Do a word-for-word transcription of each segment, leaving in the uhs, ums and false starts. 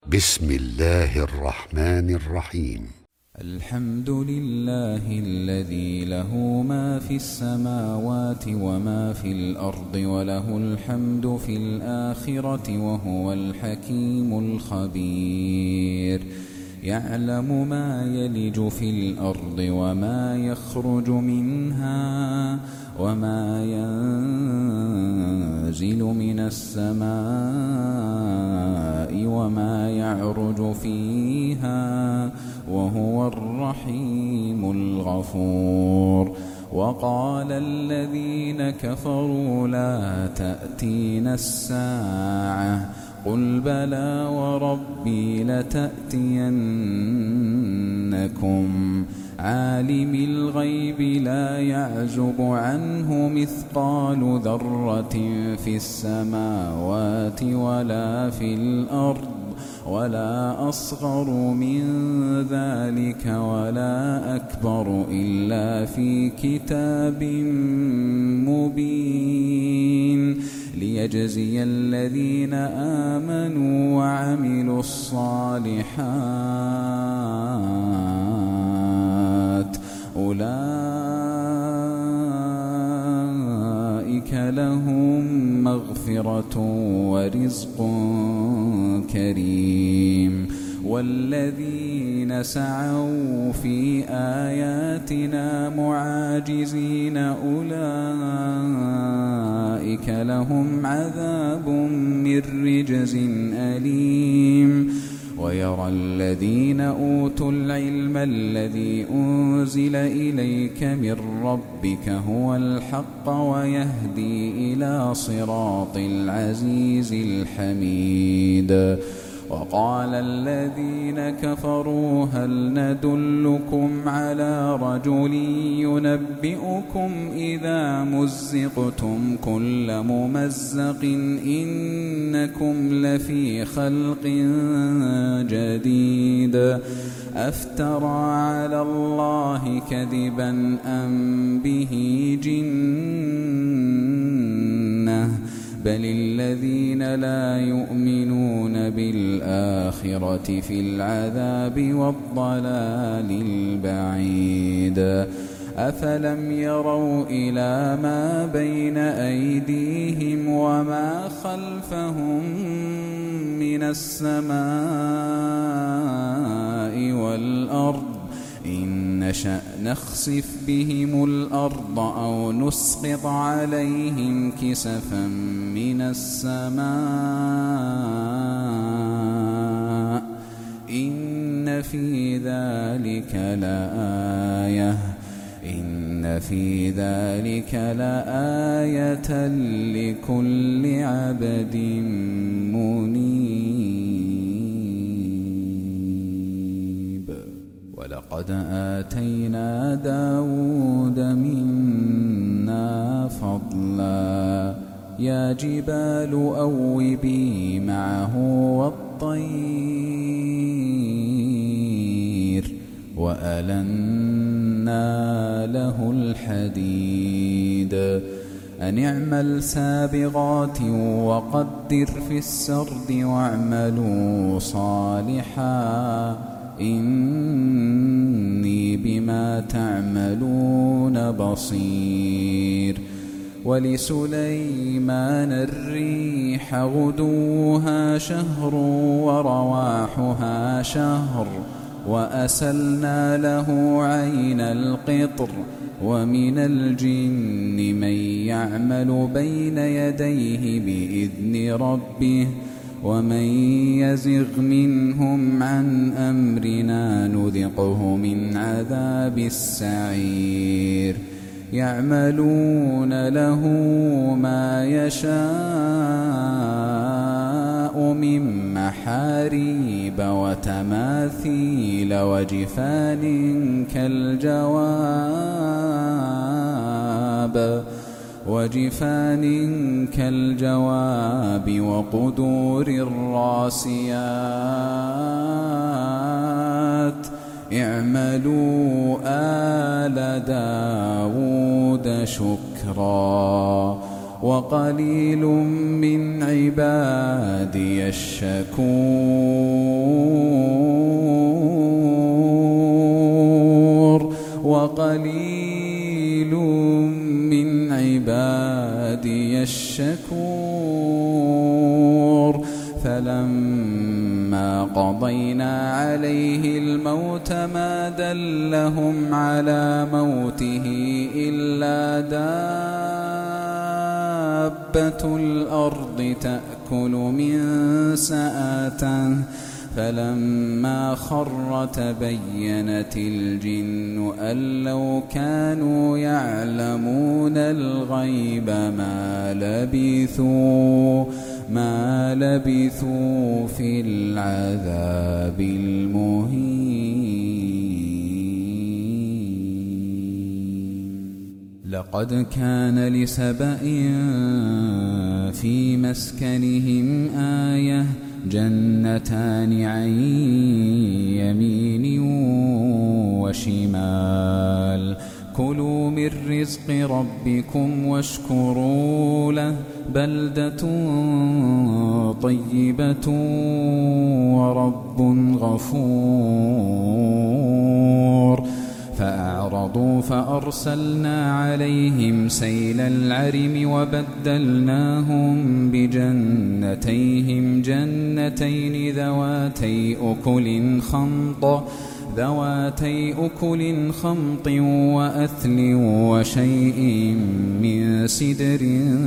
بسم الله الرحمن الرحيم. الحمد لله الذي له ما في السماوات وما في الأرض وله الحمد في الآخرة وهو الحكيم الخبير. يعلم ما يلج في الأرض وما يخرج منها وما ينزل من السماء وما يعرج فيها وهو الرحيم الغفور. وقال الذين كفروا لا تأتينا الساعة قل بلى وربي لتأتينكم عالم الغيب لا يعزب عنه مثقال ذرة في السماوات ولا في الأرض ولا أصغر من ذلك ولا أكبر إلا في كتاب مبين ليجزي الذين آمنوا وعملوا الصالحات أولئك لهم مغفرة ورزق كريم. والذين سعوا في آياتنا معاجزين أولئك لهم عذاب من رجز أليم. ويرى الذين أوتوا العلم الذي أنزل إليك من ربك هو الحق ويهدي إلى صراط العزيز الحميد. وقال الذين كفروا هل ندلكم على رجل ينبئكم إذا مزقتم كل ممزق إنكم لفي خلق جديد أفترى على الله كذبا أم به جنة بل الذين لا يؤمنون بالآخرة في العذاب والضلال البعيد. أفلم يروا إلى ما بين أيديهم وما خلفهم من السماء والأرض إن نشأ نخسف بهم الأرض أو نسقط عليهم كسفا من السماء إن في ذلك لآية إن في ذلك لآية لكل عبد منيب. ولقد آتينا داود منا فضلا يا جبال أوبي معه والطير وألنا له الحديد أن اعمل سابغات وقدر في السرد واعملوا صالحا إني بما تعملون بصير. ولسليمان الريح غدوها شهر ورواحها شهر وأسلنا له عين القطر ومن الجن من يعمل بين يديه بإذن ربه ومن يزغ منهم عن أمرنا نذقه من عذاب السعير. يعملون له ما يشاء من محاريب وتماثيل وجفان كالجواب وجفان كالجواب وقدور الراسيات اعملوا آل داود شكرا وقليل من عبادي الشكور. وقليل من عبادي الشكور. فلما قضينا عليه الموت ما دلهم على موته إلا دابة الأرض تأكل من سآته. فلما خر تبينت الجن أن لو كانوا يعلمون الغيب ما لبثوا ما لبثوا في العذاب المهين. لقد كان لسبإ في مسكنهم آية جنتان عن يمين وشمال كلوا من رزق ربكم واشكروا له بلدة طيبة ورب غفور. فأعرضوا فأرسلنا عليهم سيل العرم وبدلناهم بجنتيهم جنتين ذواتي أكل خمط ذواتي أكل خمط وأثل وشيء من سدر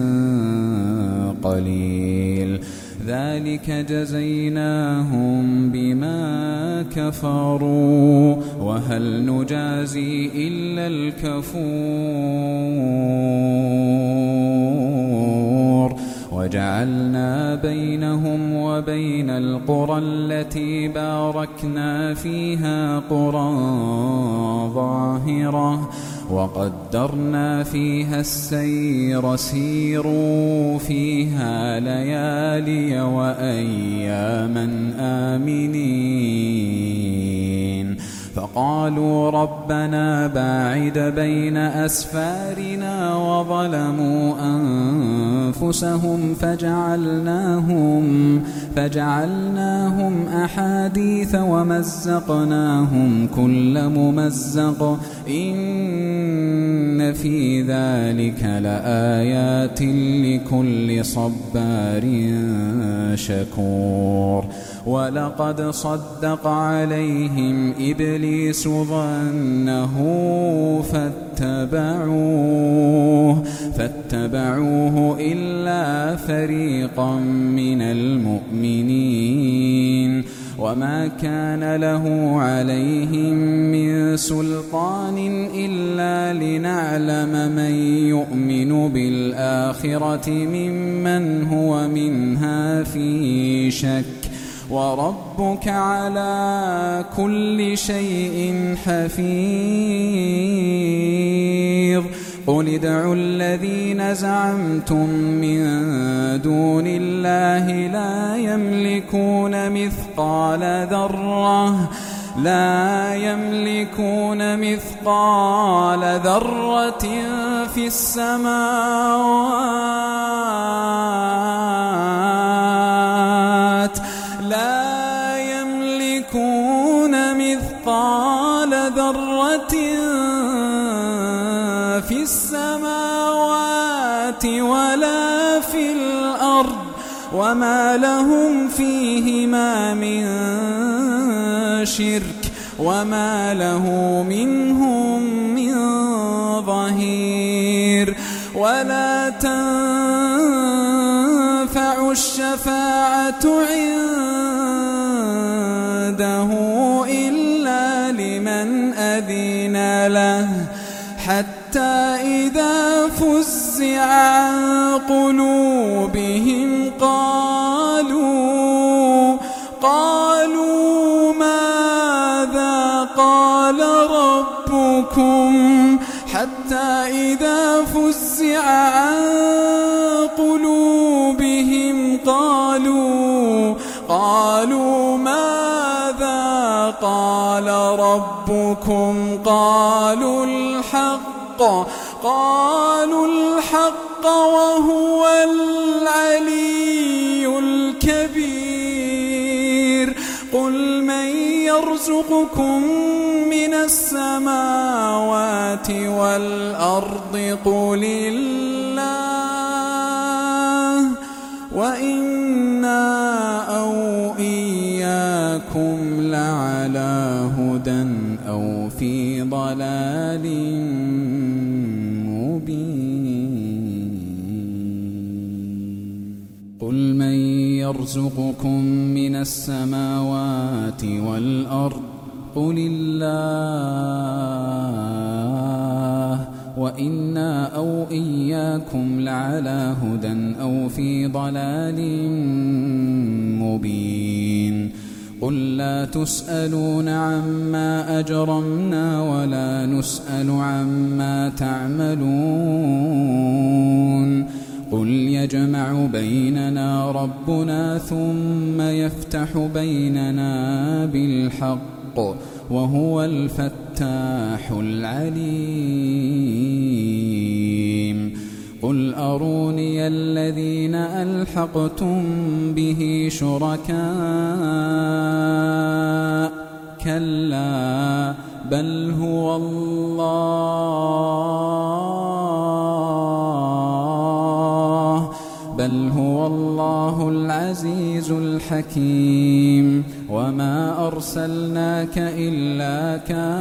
قليل ذلك جزيناهم بما كفروا وهل نجازي إلا الكفور. وجعلنا بينهم وبين القرى التي باركنا فيها قرى ظاهرة وقدرنا فيها السير سيروا فيها ليالي وأياما آمنين. فقالوا ربنا باعد بين أسفارنا وظلموا أنفسهم فجعلناهم, فجعلناهم أحاديث ومزقناهم كل ممزق إن في ذلك لآيات لكل صبار شكور. ولقد صدق عليهم إبليس ظنه فاتبعوه, فاتبعوه إلا فريقا من المؤمنين وما كان له عليهم من سلطان إلا لنعلم من يؤمن بالآخرة ممن هو منها في شك وربك على كل شيء حفيظ. قل ادعوا الذين زعمتم من دون الله لا يملكون مثقال ذرة لا يملكون مثقال ذرة في السماوات لا يملكون مثقال ذرة في السماوات ولا في الأرض وما لهم فيهما من شرك وما له منهم من ظهير. ولا تنفع الشفاعة عنده إلا لمن أذن له حتى إذا فزع عن قلوبهم قالوا قالوا ماذا قال ربكم حتى إذا فزع عن قلوبهم قالوا قالوا ماذا قال ربكم قالوا الحق قالوا الحق وهو العلي الكبير. قل من يرزقكم من السماوات والأرض قل الله وإنا أو إياكم لعلى هدى أو في ضلال قل من يرزقكم من السماوات والأرض قل الله وإنا أو إياكم لعلى هدى أو في ضلال مبين قل لا تسألون عما أجرمنا ولا نسأل عما تعملون قل يجمع بيننا ربنا ثم يفتح بيننا بالحق وهو الفتاح العليم قل أروني الذين ألحقتم به شركاء كلا بل هو الله بل هو الله العزيز الحكيم وما أرسلناك إلا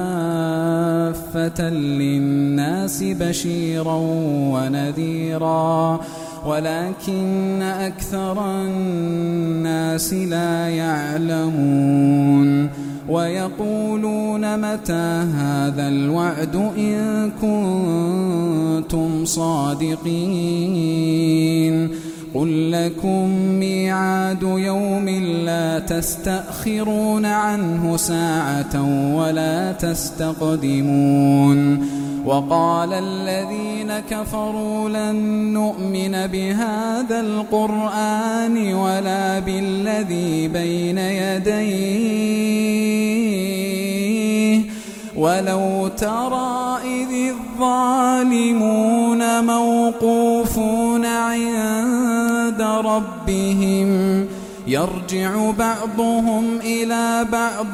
كافة للناس بشيرا ونذيرا ولكن أكثر الناس لا يعلمون ويقولون متى هذا الوعد إن كنتم صادقين قل لكم ميعاد يوم لا تستأخرون عنه ساعة ولا تستقدمون وقال الذين كفروا لن نؤمن بهذا القرآن ولا بالذي بين يديه ولو ترى إذ الظالمون موقوفون عند ربهم يرجع بعضهم إلى بعض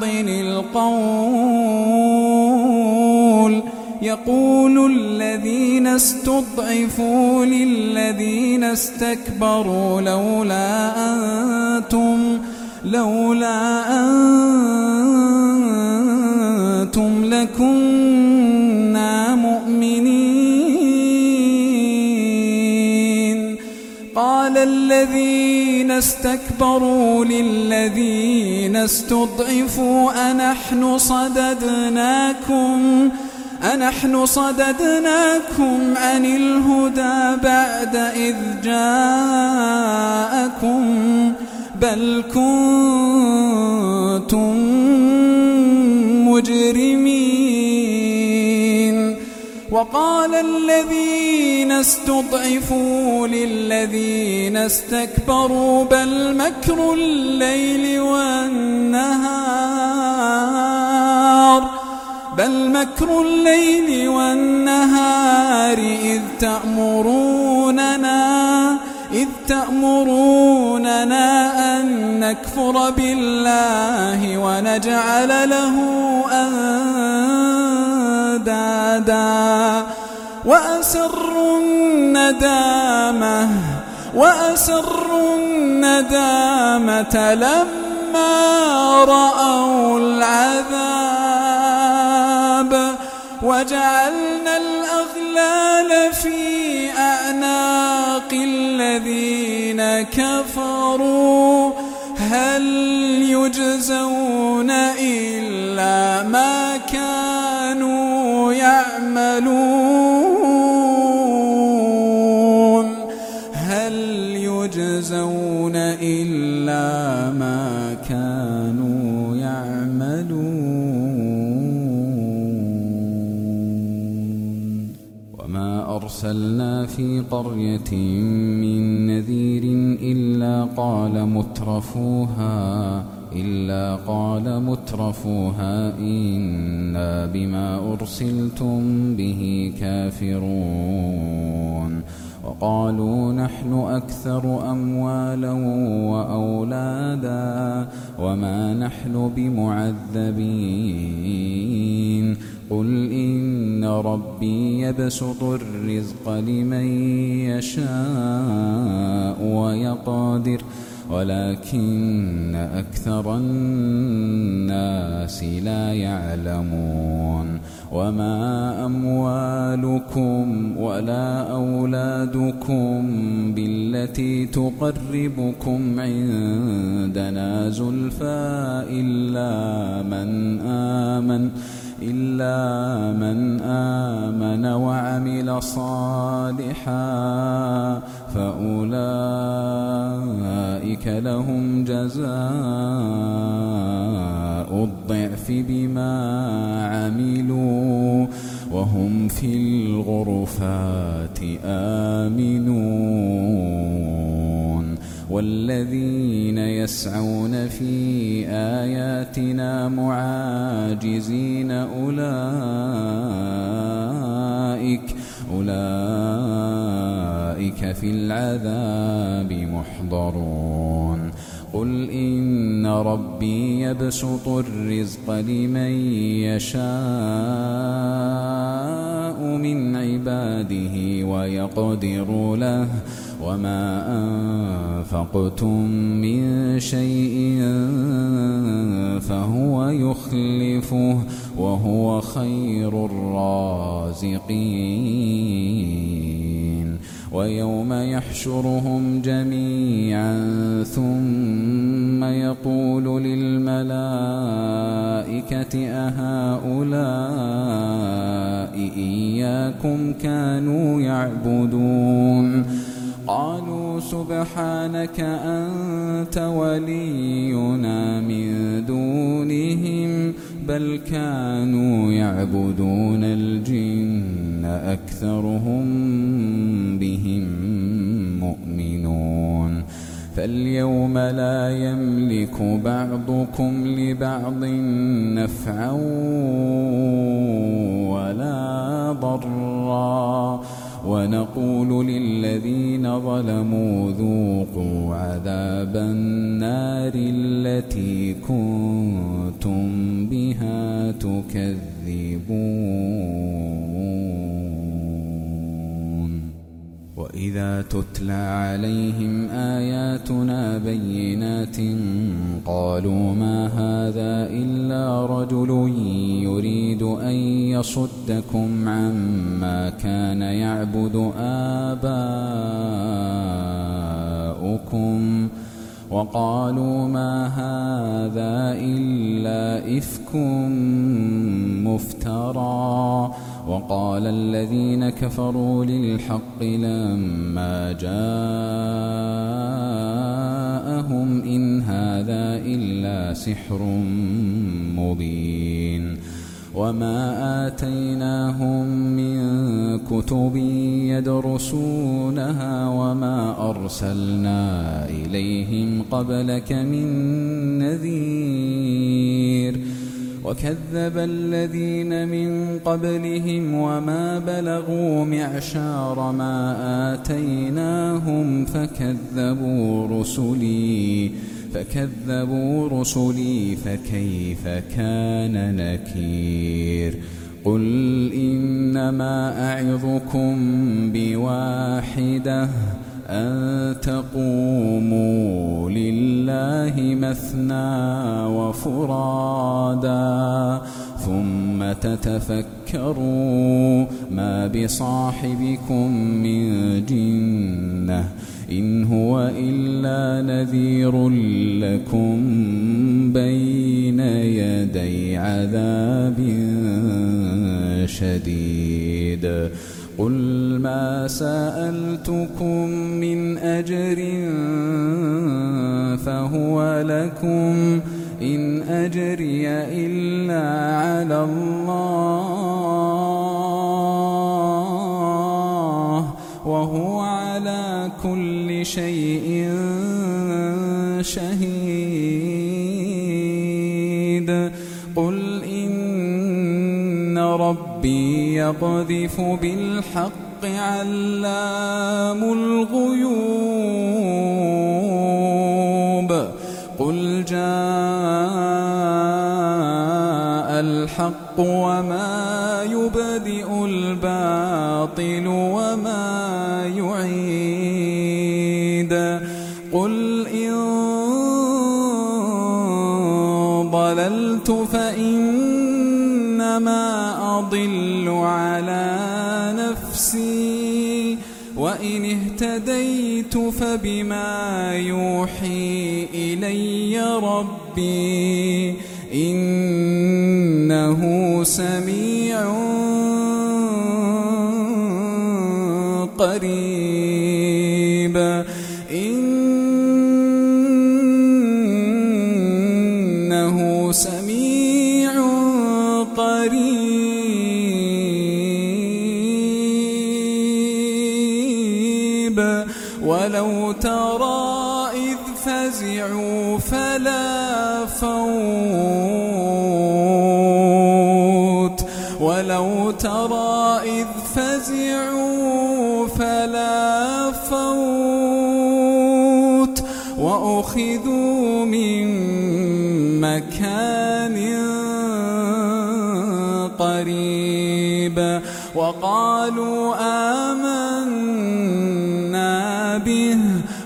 القول يقول الذين استضعفوا للذين استكبروا لولا أنتم لولا أنتم لكنا مؤمنين قال الذين استكبروا للذين استضعفوا أنحن صددناكم أنحن صددناكم عن الهدى بعد إذ جاءكم بل كنتم مجرمين وقال الذين استضعفوا للذين استكبروا بل مكر الليل والنهار بل مكر الليل والنهار إذ تأمروننا إذ تأمروننا أن نكفر بالله ونجعل له أندادا وأسروا الندامة وأسروا الندامة لما رأوا العذاب وجعلنا الأغلال في أعناق الذين كفروا هل يجزون إلا ما كانوا يعملون هل يجزون إلا ما كانوا يعملون وما أرسلنا في قرية من نذير إلا قال مترفوها إلا قال مترفوها إنا بما أرسلتم به كافرون وقالوا نحن أكثر أموالا وأولادا وما نحن بمعذبين قل إن ربي يبسط الرزق لمن يشاء ويقدر ولكن أكثر الناس لا يعلمون وما أموالكم ولا أولادكم بالتي تقربكم عندنا زلفى إلا من آمن إلا من آمن وعمل صالحا فأولئك لهم جزاء الضعف بما عملوا وهم في الغرفات آمنون والذين يسعون في آياتنا معاجزين أولئك أولئك في العذاب محضرون قل إن ربي يبسط الرزق لمن يشاء من عباده ويقدر له وما أنفقتم من شيء فهو يخلفه وهو خير الرازقين ويوم يحشرهم جميعا ثم يقول للملائكة أهؤلاء إياكم كانوا يعبدون قالوا سبحانك أنت ولينا من دونهم بل كانوا يعبدون الجن أكثرهم بهم مؤمنون فاليوم لا يملك بعضكم لبعض نفعا ولا ضرا ونقول للذين ظلموا ذوقوا عذاب النار التي كنتم بها تكذبون وإذا تتلى عليهم آياتنا بينات قالوا ما هذا إلا رجل يريد أن يصدكم عما كان يعبد آباؤكم وقالوا ما هذا إلا إفك مفترى وقال الذين كفروا للحق لما جاءهم إن هذا إلا سحر مبين وما آتيناهم من كتب يدرسونها وما أرسلنا إليهم قبلك من نذير وكذب الذين من قبلهم وما بلغوا معشار ما آتيناهم فكذبوا رسلي فكذبوا رسلي فكيف كان نكير قل إنما أعظكم بواحدة أن تقوموا لله مثنى وفرادا ثم تتفكروا ما بصاحبكم من جنة إن هو إلا نذير لكم بين يدي عذاب شديد قل ما سألتكم من أجر فهو لكم إن أجري إلا على الله وهو على كل شيء شهيد قل إن ربي يقذف بالحق علام الغيوب قل جاء الحق وما يبدئ الباطل وما يعيد قل إن ضللت فإنما أضل على نفسي وإن اهتديت فبما يوحي إلي ربي إنه سميع قريب إنه سميع قريب ولو ترى إذ فزعوا فلا فوت ولو ترى إذ فزعوا فلا فوت وأخذوا من مكان قريب وقالوا آمنا به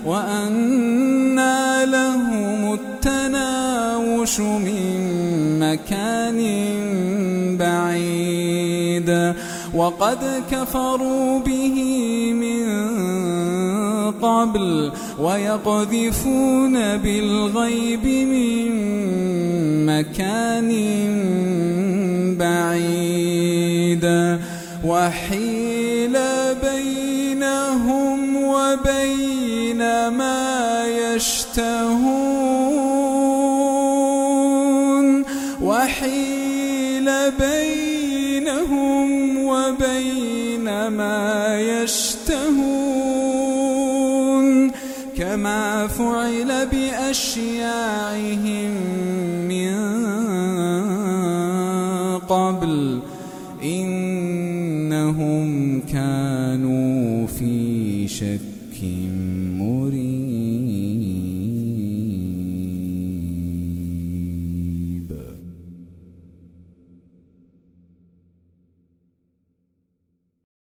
وأنى لهم التناوش من مكان بعيد وقد كفروا به من قبل ويقذفون بالغيب من مكان بعيد وحيل بينهم وبين ما يشتهون وحيل بينهم وبين ما يشتهون كما فعل بأشياعهم من قبل إنهم كانوا في شك مريب.